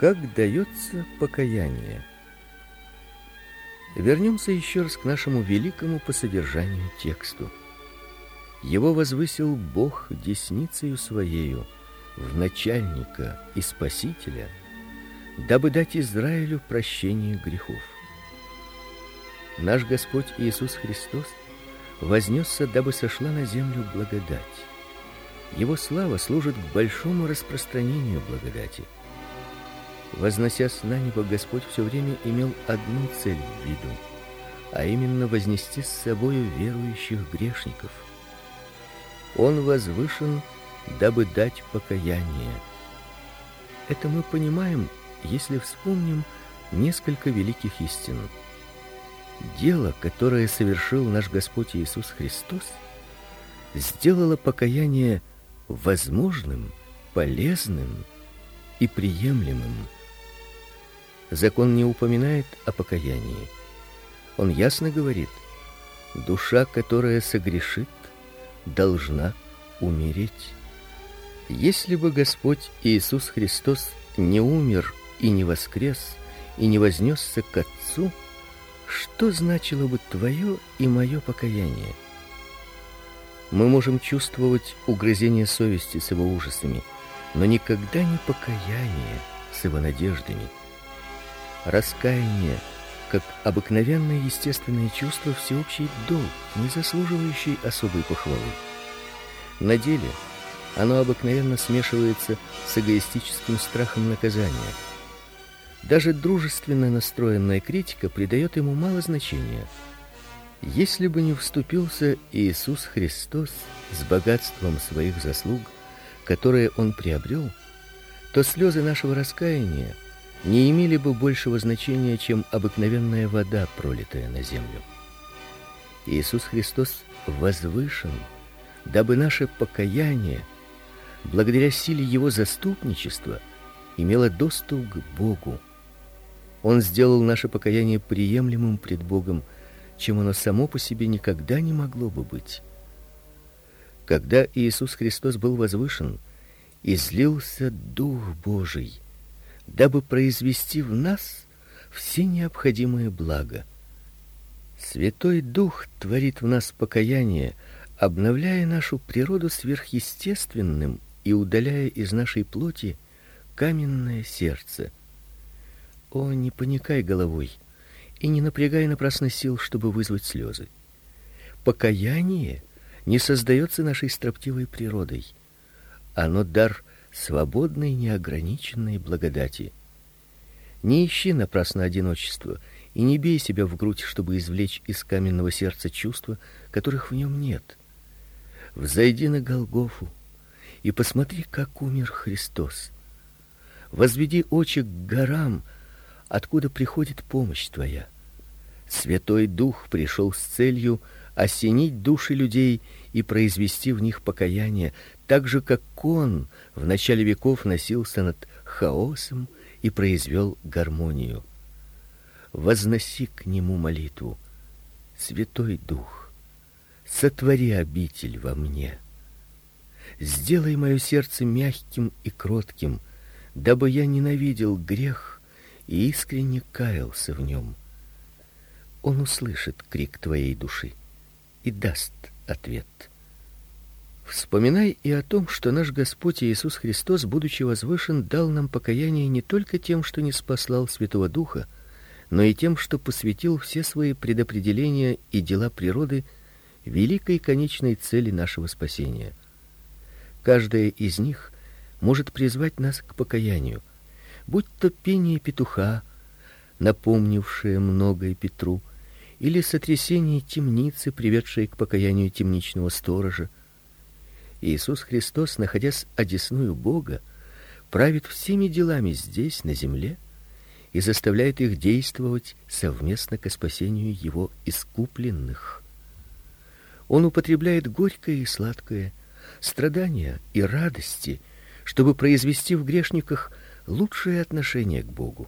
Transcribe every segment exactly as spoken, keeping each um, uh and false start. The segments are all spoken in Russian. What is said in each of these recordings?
Как дается покаяние? Вернемся еще раз к нашему великому по содержанию тексту. Его возвысил Бог десницею своею в начальника и спасителя, дабы дать Израилю прощение грехов. Наш Господь Иисус Христос вознесся, дабы сошла на землю благодать. Его слава служит к большому распространению благодати. Возносясь на небо, Господь все время имел одну цель в виду, а именно вознести с собою верующих грешников. Он возвышен, дабы дать покаяние. Это мы понимаем, если вспомним несколько великих истин. Дело, которое совершил наш Господь Иисус Христос, сделало покаяние возможным, полезным и приемлемым. Закон не упоминает о покаянии. Он ясно говорит: душа, которая согрешит, должна умереть. Если бы Господь Иисус Христос не умер и не воскрес и не вознесся к Отцу, что значило бы твое и мое покаяние? Мы можем чувствовать угрызение совести с его ужасами, но никогда не покаяние с его надеждами. Раскаяние, как обыкновенное естественное чувство, всеобщий долг, не заслуживающий особой похвалы. На деле оно обыкновенно смешивается с эгоистическим страхом наказания. Даже дружественно настроенная критика придает ему мало значения. Если бы не вступился Иисус Христос с богатством своих заслуг, которые он приобрел, то слезы нашего раскаяния не имели бы большего значения, чем обыкновенная вода, пролитая на землю. Иисус Христос возвышен, дабы наше покаяние, благодаря силе его заступничества, имело доступ к Богу. Он сделал наше покаяние приемлемым пред Богом, чем оно само по себе никогда не могло бы быть. Когда Иисус Христос был возвышен, излился Дух Божий, дабы произвести в нас все необходимые блага. Святой Дух творит в нас покаяние, обновляя нашу природу сверхъестественным и удаляя из нашей плоти каменное сердце. О, не поникай головой и не напрягай напрасно сил, чтобы вызвать слезы. Покаяние не создается нашей строптивой природой. Оно дар свободной, неограниченной благодати. Не ищи напрасно одиночества и не бей себя в грудь, чтобы извлечь из каменного сердца чувства, которых в нем нет. Взойди на Голгофу и посмотри, как умер Христос. Возведи очи к горам, откуда приходит помощь твоя. Святой Дух пришел с целью осенить души людей и произвести в них покаяние, так же как он в начале веков носился над хаосом и произвел гармонию. Возноси к нему молитву: Святой Дух, сотвори обитель во мне. Сделай мое сердце мягким и кротким, дабы я ненавидел грех и искренне каялся в нем. Он услышит крик твоей души и даст ответ. Вспоминай и о том, что наш Господь Иисус Христос, будучи возвышен, дал нам покаяние не только тем, что ниспослал Святого Духа, но и тем, что посвятил все свои предопределения и дела природы великой конечной цели нашего спасения. Каждая из них может призвать нас к покаянию, будь то пение петуха, напомнившее многое Петру, или сотрясение темницы, приведшее к покаянию темничного сторожа. Иисус Христос, находясь одесную Бога, правит всеми делами здесь, на земле, и заставляет их действовать совместно ко спасению его искупленных. Он употребляет горькое и сладкое, страдания и радости, чтобы произвести в грешниках лучшее отношение к Богу.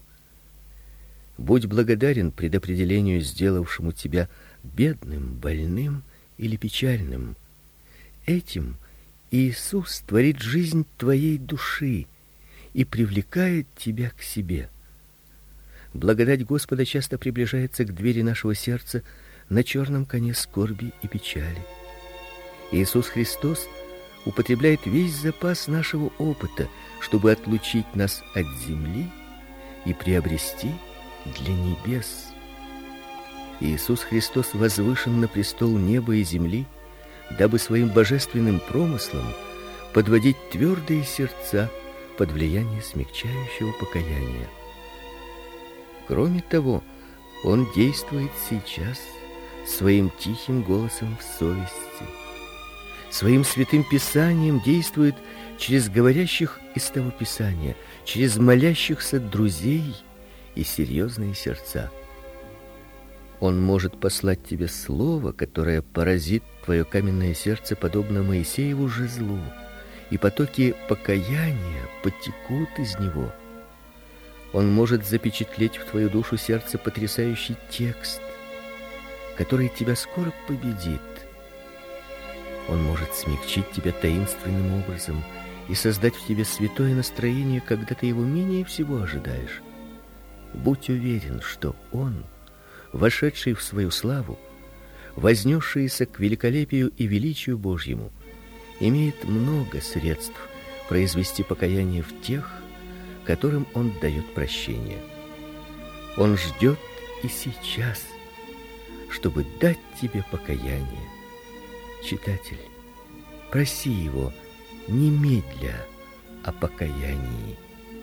Будь благодарен предопределению, сделавшему тебя бедным, больным или печальным. Этим Иисус творит жизнь твоей души и привлекает тебя к себе. Благодать Господа часто приближается к двери нашего сердца на черном коне скорби и печали. Иисус Христос употребляет весь запас нашего опыта, чтобы отлучить нас от земли и приобрести для небес. Иисус Христос возвышен на престол неба и земли, дабы своим божественным промыслом подводить твердые сердца под влияние смягчающего покаяния. Кроме того, Он действует сейчас своим тихим голосом в совести, своим святым писанием действует через говорящих из того писания, через молящихся друзей и серьезные сердца. Он может послать тебе слово, которое поразит твое каменное сердце, подобно Моисееву жезлу, и потоки покаяния потекут из него. Он может запечатлеть в твою душу сердце потрясающий текст, который тебя скоро победит. Он может смягчить тебя таинственным образом и создать в тебе святое настроение, когда ты его менее всего ожидаешь. Будь уверен, что Он, вошедший в свою славу, вознесшийся к великолепию и величию Божьему, имеет много средств произвести покаяние в тех, которым Он дает прощение. Он ждет и сейчас, чтобы дать тебе покаяние. Читатель, проси Его немедля о покаянии.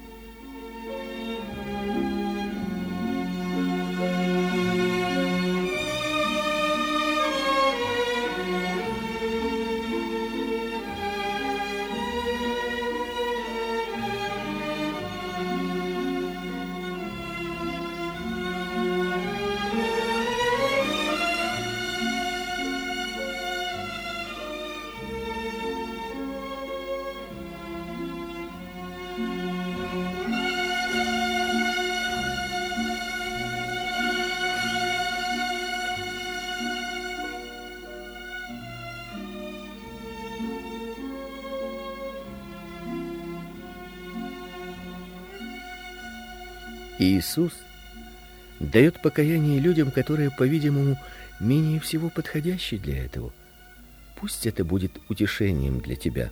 Иисус дает покаяние людям, которые, по-видимому, менее всего подходящи для этого. Пусть это будет утешением для тебя.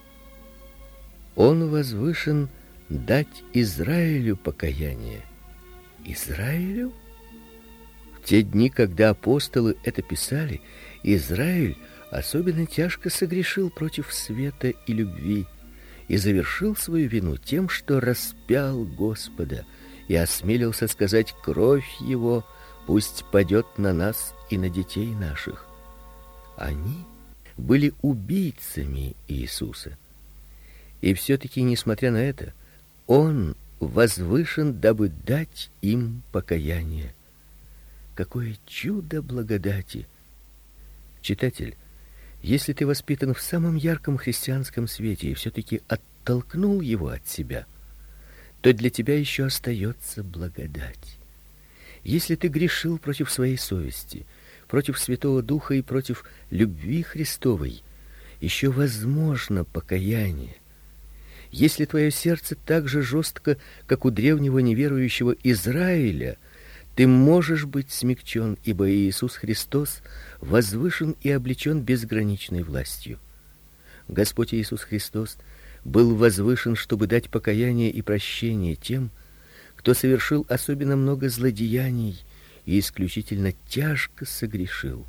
Он возвышен дать Израилю покаяние. Израилю? В те дни, когда апостолы это писали, Израиль особенно тяжко согрешил против света и любви и завершил свою вину тем, что распял Господа и осмелился сказать: кровь его пусть падет на нас и на детей наших. Они были убийцами Иисуса. И все-таки, несмотря на это, Он возвышен, дабы дать им покаяние. Какое чудо благодати! Читатель, если ты воспитан в самом ярком христианском свете и все-таки оттолкнул его от себя, то для тебя еще остается благодать. Если ты грешил против своей совести, против Святого Духа и против любви Христовой, еще возможно покаяние. Если твое сердце так же жестко, как у древнего неверующего Израиля, ты можешь быть смягчен, ибо Иисус Христос возвышен и облечен безграничной властью. Господь Иисус Христос был возвышен, чтобы дать покаяние и прощение тем, кто совершил особенно много злодеяний и исключительно тяжко согрешил.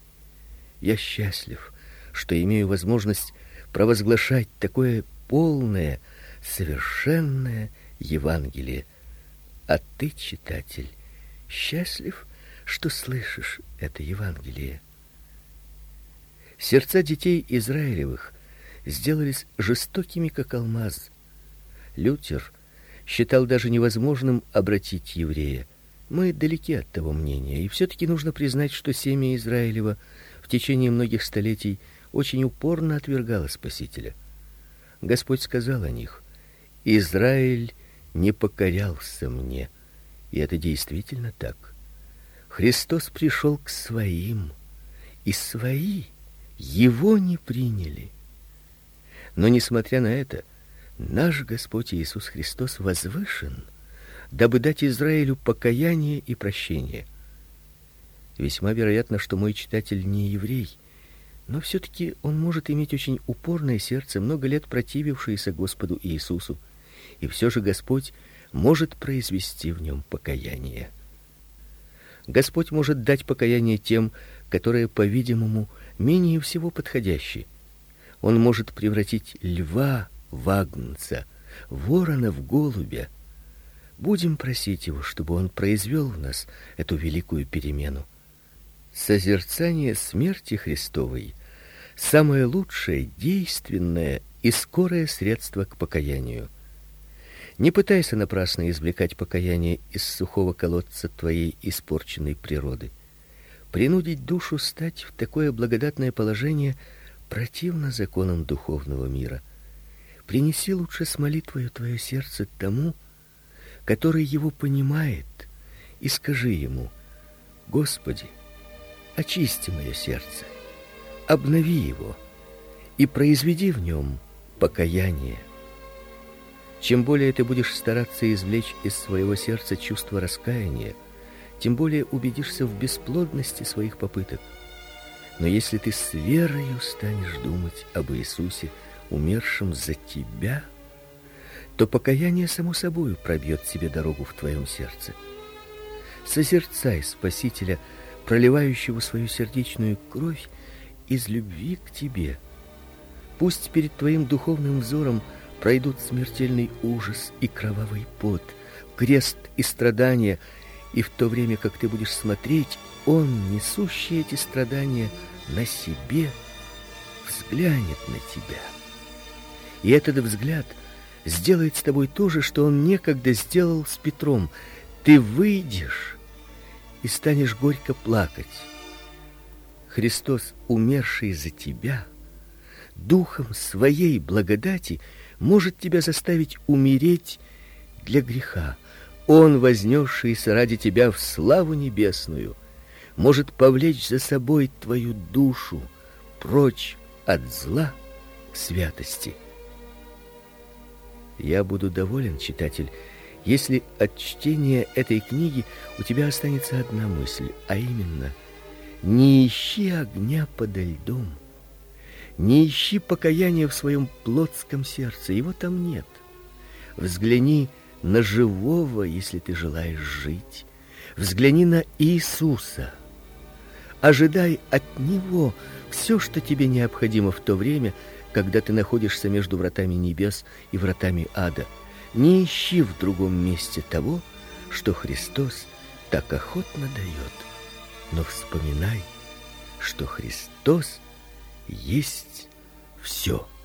Я счастлив, что имею возможность провозглашать такое полное, совершенное Евангелие. А ты, читатель, счастлив, что слышишь это Евангелие. Сердца детей Израилевых сделались жестокими, как алмаз. Лютер считал даже невозможным обратить еврея. Мы далеки от того мнения, и все-таки нужно признать, что семя Израилева в течение многих столетий очень упорно отвергало Спасителя. Господь сказал о них: «Израиль не покорялся мне». И это действительно так. Христос пришел к своим, и свои его не приняли. Но, несмотря на это, Наш Господь Иисус Христос возвышен, дабы дать Израилю покаяние и прощение. Весьма вероятно, что мой читатель не еврей, но все-таки он может иметь очень упорное сердце, много лет противившееся Господу Иисусу, и все же Господь может произвести в нем покаяние. Господь может дать покаяние тем, которые, по-видимому, менее всего подходящи. Он может превратить льва в агнца, ворона в голубя. Будем просить его, чтобы он произвел в нас эту великую перемену. Созерцание смерти Христовой — самое лучшее, действенное и скорое средство к покаянию. Не пытайся напрасно извлекать покаяние из сухого колодца твоей испорченной природы. Принудить душу стать в такое благодатное положение противно законам духовного мира. Принеси лучше с молитвою твое сердце тому, который его понимает, и скажи ему: Господи, очисти мое сердце, обнови его и произведи в нем покаяние. Чем более ты будешь стараться извлечь из своего сердца чувство раскаяния, тем более убедишься в бесплодности своих попыток. Но если ты с верою станешь думать об Иисусе, умершем за тебя, то покаяние само собой пробьет себе дорогу в твоем сердце. Созерцай Спасителя, проливающего свою сердечную кровь из любви к тебе. Пусть перед твоим духовным взором пройдут смертельный ужас и кровавый пот, крест и страдания, и в то время, как ты будешь смотреть, Он, несущий эти страдания на себе, взглянет на тебя. И этот взгляд сделает с тобой то же, что Он некогда сделал с Петром. Ты выйдешь и станешь горько плакать. Христос, умерший за тебя, духом своей благодати может тебя заставить умереть для греха. Он, вознесшийся ради тебя в славу небесную, может повлечь за собой твою душу прочь от зла к святости. Я буду доволен, читатель, если от чтения этой книги у тебя останется одна мысль, а именно: не ищи огня подо льдом, не ищи покаяния в своем плотском сердце, его там нет. Взгляни на живого, если ты желаешь жить. Взгляни на Иисуса. Ожидай от Него все, что тебе необходимо в то время, когда ты находишься между вратами небес и вратами ада. Не ищи в другом месте того, что Христос так охотно дает. Но вспоминай, что Христос есть все.